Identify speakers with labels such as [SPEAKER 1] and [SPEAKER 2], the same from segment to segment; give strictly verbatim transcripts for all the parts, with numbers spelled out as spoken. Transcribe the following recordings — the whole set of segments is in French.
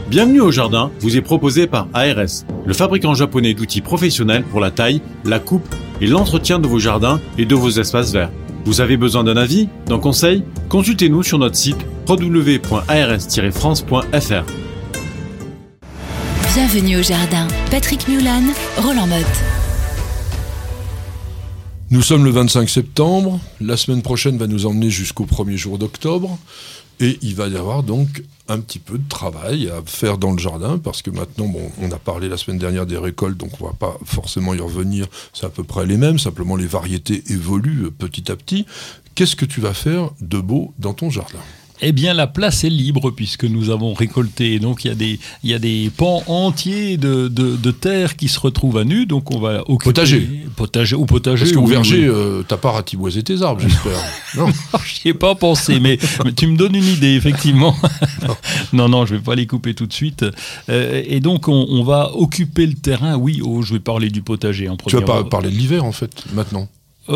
[SPEAKER 1] Bienvenue au jardin vous est proposé par A R S, le fabricant japonais d'outils professionnels pour la taille, la coupe et l'entretien de vos jardins et de vos espaces verts. Vous avez besoin d'un avis, d'un conseil? Consultez-nous sur notre site w w w point a r s tiret france point f r.
[SPEAKER 2] Bienvenue au jardin. Patrick Mulan, Roland Motte.
[SPEAKER 3] Nous sommes le vingt-cinq septembre, la semaine prochaine va nous emmener jusqu'au premier jour d'octobre, et il va y avoir donc un petit peu de travail à faire dans le jardin, parce que maintenant, bon, on a parlé la semaine dernière des récoltes, donc on ne va pas forcément y revenir, c'est à peu près les mêmes, simplement les variétés évoluent petit à petit. Qu'est-ce que tu vas faire de beau dans ton jardin ?
[SPEAKER 4] Eh bien, la place est libre puisque nous avons récolté. Donc, il y a des, il y a des pans entiers de, de, de terre qui se retrouvent à nu. Donc, on va occuper...
[SPEAKER 3] Potager.
[SPEAKER 4] Potager ou potager.
[SPEAKER 3] Parce qu'au
[SPEAKER 4] oui,
[SPEAKER 3] verger,
[SPEAKER 4] oui.
[SPEAKER 3] euh, t'as pas ratiboisé tes arbres, j'espère. Non.
[SPEAKER 4] J'y ai pas pensé, mais, mais tu me donnes une idée, effectivement. non, non, je vais pas les couper tout de suite. Euh, et donc, on, on va occuper le terrain. Oui, oh, je vais parler du potager en premier.
[SPEAKER 3] Tu vas pas parler de l'hiver, en fait, maintenant.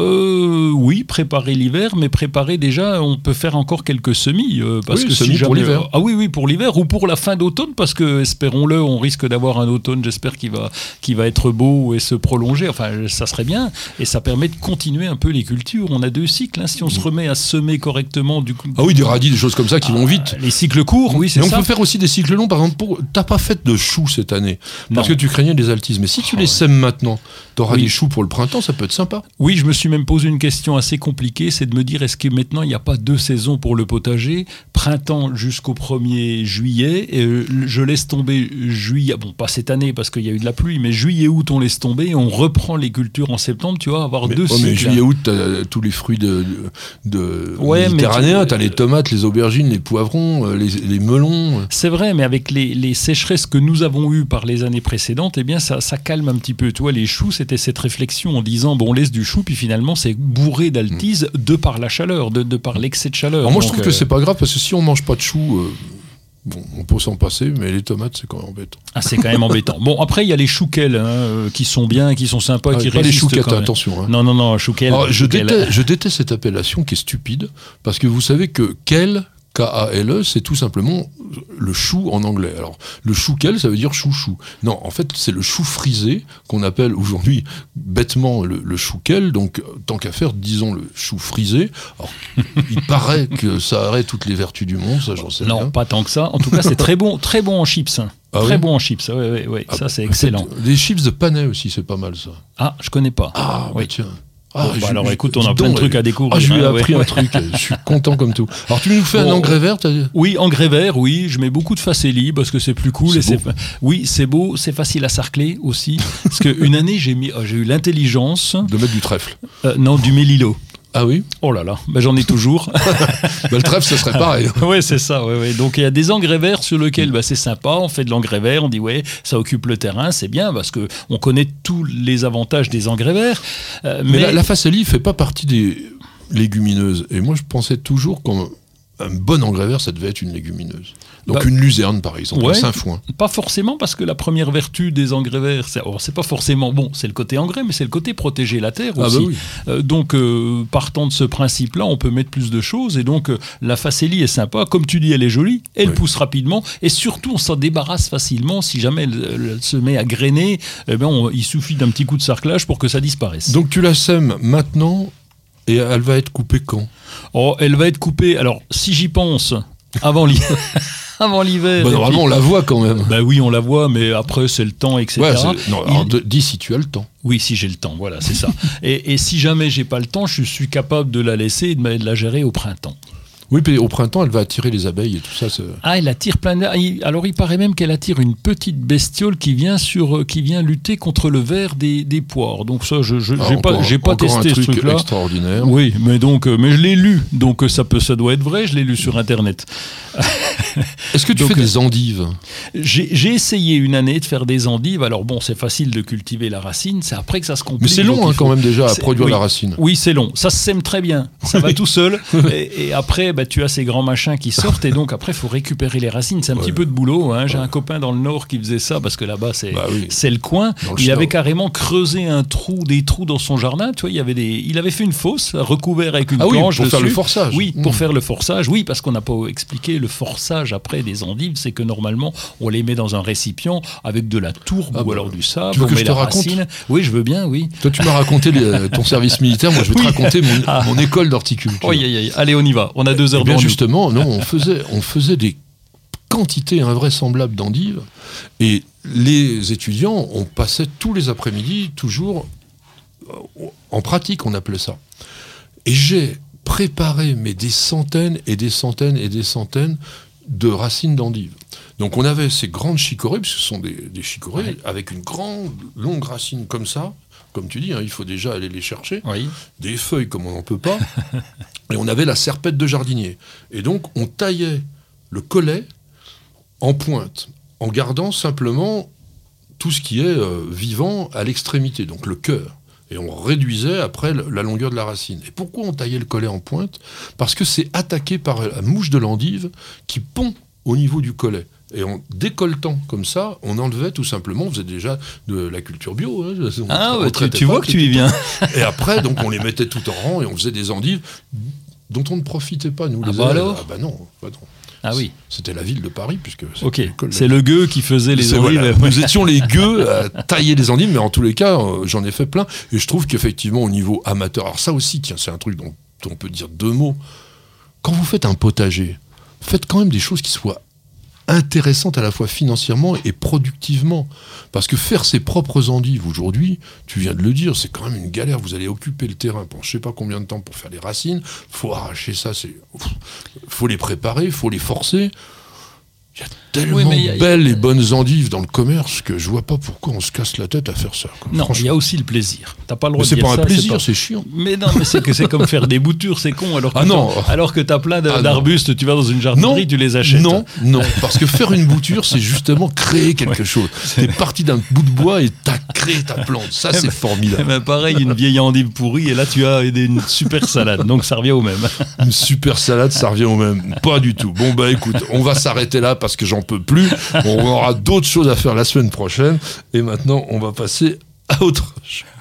[SPEAKER 4] Euh, oui, préparer l'hiver, mais préparer déjà, on peut faire encore quelques semis. Euh, parce
[SPEAKER 3] oui,
[SPEAKER 4] que
[SPEAKER 3] semis
[SPEAKER 4] si jamais,
[SPEAKER 3] pour l'hiver.
[SPEAKER 4] Ah oui, oui, pour l'hiver ou pour la fin d'automne, parce que, espérons-le, on risque d'avoir un automne, j'espère, qui va, qui va être beau et se prolonger. Enfin, ça serait bien. Et ça permet de continuer un peu les cultures. On a deux cycles. Hein, si on se remet à semer correctement, du coup.
[SPEAKER 3] Ah oui, des radis, des choses comme ça qui ah, vont vite.
[SPEAKER 4] Les cycles courts, oui, c'est
[SPEAKER 3] mais
[SPEAKER 4] ça.
[SPEAKER 3] on peut faire aussi des cycles longs. Par exemple, pour... t'as pas fait de choux cette année, parce non. que tu craignais des altises. Mais si tu oh, les sèmes ouais. maintenant, t'auras oui. des choux pour le printemps, ça peut être sympa.
[SPEAKER 4] Oui, je me suis même posé une question assez compliquée, c'est de me dire est-ce que maintenant il n'y a pas deux saisons pour le potager, printemps jusqu'au premier juillet, et je laisse tomber juillet, bon pas cette année parce qu'il y a eu de la pluie, mais juillet août on laisse tomber et on reprend les cultures en septembre, tu vois, avoir
[SPEAKER 3] mais,
[SPEAKER 4] deux
[SPEAKER 3] oh,
[SPEAKER 4] cycles.
[SPEAKER 3] Mais juillet août t'as tous les fruits de, de, de
[SPEAKER 4] ouais,
[SPEAKER 3] méditerranéens,
[SPEAKER 4] tu...
[SPEAKER 3] t'as les tomates, les aubergines, les poivrons, les, les melons.
[SPEAKER 4] C'est vrai, mais avec les, les sécheresses que nous avons eues par les années précédentes, eh bien ça, ça calme un petit peu. Tu vois, les choux, c'était cette réflexion en disant bon on laisse du chou, puis finalement c'est bourré d'altise mmh. de par la chaleur, de, de par l'excès de chaleur.
[SPEAKER 3] Alors moi, donc, je trouve
[SPEAKER 4] euh...
[SPEAKER 3] que c'est pas grave parce que si on mange pas de choux, euh, bon, on peut s'en passer, mais les tomates, c'est quand même embêtant.
[SPEAKER 4] Ah, c'est quand même embêtant. Bon, après, il y a les chouquels hein, euh, qui sont bien, qui sont sympas, ah, qui
[SPEAKER 3] pas
[SPEAKER 4] résistent.
[SPEAKER 3] Les chouquettes, attention. Hein.
[SPEAKER 4] Non, non, non, chouquel.
[SPEAKER 3] Alors, je, déteste, je déteste cette appellation qui est stupide parce que vous savez que quel K A L E, c'est tout simplement le chou en anglais. Alors, le chouquel, ça veut dire chouchou. Non, en fait, c'est le chou frisé qu'on appelle aujourd'hui bêtement le, le chouquel. Donc, tant qu'à faire, disons le chou frisé. Alors, il paraît que ça aurait toutes les vertus du monde, ça, j'en sais
[SPEAKER 4] non,
[SPEAKER 3] rien.
[SPEAKER 4] Non, pas tant que ça. En tout cas, c'est très bon, très bon en chips.
[SPEAKER 3] Ah
[SPEAKER 4] très
[SPEAKER 3] oui
[SPEAKER 4] bon en chips, oui, oui, oui. Ah, ça, c'est excellent.
[SPEAKER 3] Les chips de panais aussi, c'est pas mal, ça.
[SPEAKER 4] Ah, je connais pas.
[SPEAKER 3] Ah, oui, bah, tiens. Ah,
[SPEAKER 4] bon, bah alors écoute, on a plein
[SPEAKER 3] donc,
[SPEAKER 4] de trucs à découvrir.
[SPEAKER 3] Ah, je lui ai
[SPEAKER 4] hein,
[SPEAKER 3] appris
[SPEAKER 4] ouais.
[SPEAKER 3] un truc, je suis content comme tout. Alors tu nous fais bon, un engrais vert t'as...
[SPEAKER 4] Oui, engrais vert, oui. Je mets beaucoup de facélie parce que c'est plus cool.
[SPEAKER 3] C'est
[SPEAKER 4] et
[SPEAKER 3] beau.
[SPEAKER 4] c'est... Oui, c'est beau, c'est facile à sarcler aussi. Parce qu'une année, j'ai, mis... oh, j'ai eu l'intelligence...
[SPEAKER 3] De mettre du trèfle.
[SPEAKER 4] Euh, non, du mélilo.
[SPEAKER 3] Ah oui ?
[SPEAKER 4] Oh là là, ben j'en ai toujours.
[SPEAKER 3] ben le trèfle, ça serait pareil.
[SPEAKER 4] Oui, c'est ça. Ouais, ouais. Donc il y a des engrais verts sur lesquels bah, c'est sympa. On fait de l'engrais vert, on dit ouais, ça occupe le terrain, c'est bien parce que on connaît tous les avantages des engrais verts.
[SPEAKER 3] Euh, mais mais la, la facélie fait pas partie des légumineuses. Et moi, je pensais toujours qu'un bon engrais vert, ça devait être une légumineuse. Donc bah, une luzerne, par exemple, ouais, un sainfoin.
[SPEAKER 4] Pas forcément, parce que la première vertu des engrais verts, c'est, alors, c'est pas forcément bon, c'est le côté engrais, mais c'est le côté protéger la terre aussi.
[SPEAKER 3] Ah bah oui.
[SPEAKER 4] euh, donc, euh, partant de ce principe-là, on peut mettre plus de choses, et donc euh, la facélie est sympa. Comme tu dis, elle est jolie, elle oui. pousse rapidement, et surtout, on s'en débarrasse facilement. Si jamais elle, elle se met à grainer, eh ben, on, il suffit d'un petit coup de sarclage pour que ça disparaisse.
[SPEAKER 3] Donc tu la sèmes maintenant, et elle va être coupée quand ?
[SPEAKER 4] Oh, elle va être coupée, alors, si j'y pense, avant l'hiver... avant l'hiver.
[SPEAKER 3] Bah, normalement, puis, on la voit quand même.
[SPEAKER 4] Bah oui, on la voit, mais après, c'est le temps, et cetera.
[SPEAKER 3] Ouais, non, alors, Il... dis si tu as le temps.
[SPEAKER 4] Oui, si j'ai le temps, voilà, c'est ça. et, et si jamais j'ai pas le temps, je suis capable de la laisser et de la gérer au printemps.
[SPEAKER 3] Oui, puis au printemps, elle va attirer les abeilles et tout ça. C'est...
[SPEAKER 4] Ah, elle attire plein d'air. Alors, il paraît même qu'elle attire une petite bestiole qui vient, sur, qui vient lutter contre le ver des, des poires. Donc ça, je je, ah, j'ai
[SPEAKER 3] encore,
[SPEAKER 4] pas, j'ai pas testé
[SPEAKER 3] un truc
[SPEAKER 4] ce truc-là.
[SPEAKER 3] Extraordinaire.
[SPEAKER 4] Oui, mais donc, mais je l'ai lu, donc ça peut, ça doit être vrai. Je l'ai lu sur Internet.
[SPEAKER 3] Est-ce que tu
[SPEAKER 4] donc,
[SPEAKER 3] fais des endives ?
[SPEAKER 4] j'ai, j'ai essayé une année de faire des endives. Alors bon, c'est facile de cultiver la racine. C'est après que ça se complique.
[SPEAKER 3] Mais c'est long hein,
[SPEAKER 4] faut...
[SPEAKER 3] quand même déjà à
[SPEAKER 4] c'est...
[SPEAKER 3] produire
[SPEAKER 4] oui.
[SPEAKER 3] la racine.
[SPEAKER 4] Oui, c'est long. Ça se sème très bien. Ça va tout seul. et, et après, ben, bah, tu as ces grands machins qui sortent et donc après il faut récupérer les racines. C'est un ouais. petit peu de boulot. Hein. J'ai ouais. un copain dans le Nord qui faisait ça parce que là-bas c'est, bah oui. c'est le coin. Le il avait carrément creusé un trou, des trous dans son jardin. Tu vois, il y avait des, il avait fait une fosse recouverte avec une
[SPEAKER 3] ah
[SPEAKER 4] planche
[SPEAKER 3] oui, pour
[SPEAKER 4] dessus.
[SPEAKER 3] faire le forçage.
[SPEAKER 4] Oui, pour mmh. faire le forçage. Oui, parce qu'on n'a pas expliqué le forçage après des endives, c'est que normalement on les met dans un récipient avec de la tourbe ah ou bah, alors du sable.
[SPEAKER 3] Tu veux
[SPEAKER 4] on
[SPEAKER 3] que
[SPEAKER 4] met
[SPEAKER 3] je te
[SPEAKER 4] la
[SPEAKER 3] raconte
[SPEAKER 4] racine. Oui, je veux bien. Oui.
[SPEAKER 3] Toi, tu m'as raconté les, ton service militaire. Moi, je vais oui. te raconter mon, ah. mon école d'horticulture.
[SPEAKER 4] Oui, oui, oui. Allez, on y va. On a deux heures
[SPEAKER 3] eh bien,
[SPEAKER 4] devant
[SPEAKER 3] justement, non, on faisait, on faisait des quantités invraisemblables d'endives et les étudiants, on passait tous les après-midi toujours en pratique, on appelait ça. Et j'ai préparé mais des centaines et des centaines et des centaines de racines d'endives. Donc on avait ces grandes chicorées, parce que ce sont des, des chicorées, ouais. avec une grande, longue racine comme ça, comme tu dis, hein, il faut déjà aller les chercher, oui. des feuilles comme on n'en peut pas, et on avait la serpette de jardinier. Et donc on taillait le collet en pointe, en gardant simplement tout ce qui est euh, vivant à l'extrémité, donc le cœur. Et on réduisait après la longueur de la racine. Et pourquoi on taillait le collet en pointe ? Parce que c'est attaqué par la mouche de l'endive qui pond au niveau du collet. Et en décolletant comme ça, on enlevait tout simplement, on faisait déjà de la culture bio. Hein, on,
[SPEAKER 4] ah
[SPEAKER 3] on
[SPEAKER 4] ouais, tu, tu vois que tu y viens.
[SPEAKER 3] Et après, donc, on les mettait tout en rang et on faisait des endives dont on ne profitait pas, nous,
[SPEAKER 4] ah
[SPEAKER 3] les
[SPEAKER 4] bah
[SPEAKER 3] élèves.
[SPEAKER 4] alors
[SPEAKER 3] Ah bah non, bah non.
[SPEAKER 4] Ah oui.
[SPEAKER 3] C'était la ville de Paris, puisque...
[SPEAKER 4] Ok, c'est le gueux qui faisait les endives.
[SPEAKER 3] Voilà. Nous étions les gueux à tailler les endives, mais en tous les cas, euh, j'en ai fait plein. Et je trouve qu'effectivement, au niveau amateur... Alors ça aussi, tiens, c'est un truc dont, dont on peut dire deux mots. Quand vous faites un potager, faites quand même des choses qui soient intéressantes à la fois financièrement et productivement. Parce que faire ses propres endives aujourd'hui, tu viens de le dire, c'est quand même une galère. Vous allez occuper le terrain pendant je sais pas combien de temps pour faire les racines. Faut arracher ça, c'est, faut les préparer, faut les forcer. Il y a tellement oui, de belles et bonnes endives dans le commerce que je vois pas pourquoi on se casse la tête à faire ça. Quoi.
[SPEAKER 4] Non, il y a aussi le plaisir. T'as pas le droit
[SPEAKER 3] mais
[SPEAKER 4] de dire ça.
[SPEAKER 3] C'est pas un plaisir,
[SPEAKER 4] c'est, pas...
[SPEAKER 3] c'est chiant.
[SPEAKER 4] Mais non, mais c'est que c'est comme faire des boutures, c'est con. Alors que
[SPEAKER 3] ah non.
[SPEAKER 4] alors que t'as plein de,
[SPEAKER 3] ah
[SPEAKER 4] d'arbustes, tu vas dans une jardinerie,
[SPEAKER 3] non.
[SPEAKER 4] tu les achètes.
[SPEAKER 3] Non, non, parce que faire une bouture, c'est justement créer quelque ouais. chose. T'es parti d'un bout de bois et t'as créé ta plante. Ça, c'est formidable.
[SPEAKER 4] Ben pareil, une vieille endive pourrie et là tu as une super salade. Donc ça revient au même.
[SPEAKER 3] Une super salade, ça revient au même. Pas du tout. Bon bah écoute, on va s'arrêter là parce que j'en peux plus. On aura d'autres choses à faire la semaine prochaine. Et maintenant, on va passer à autre chose.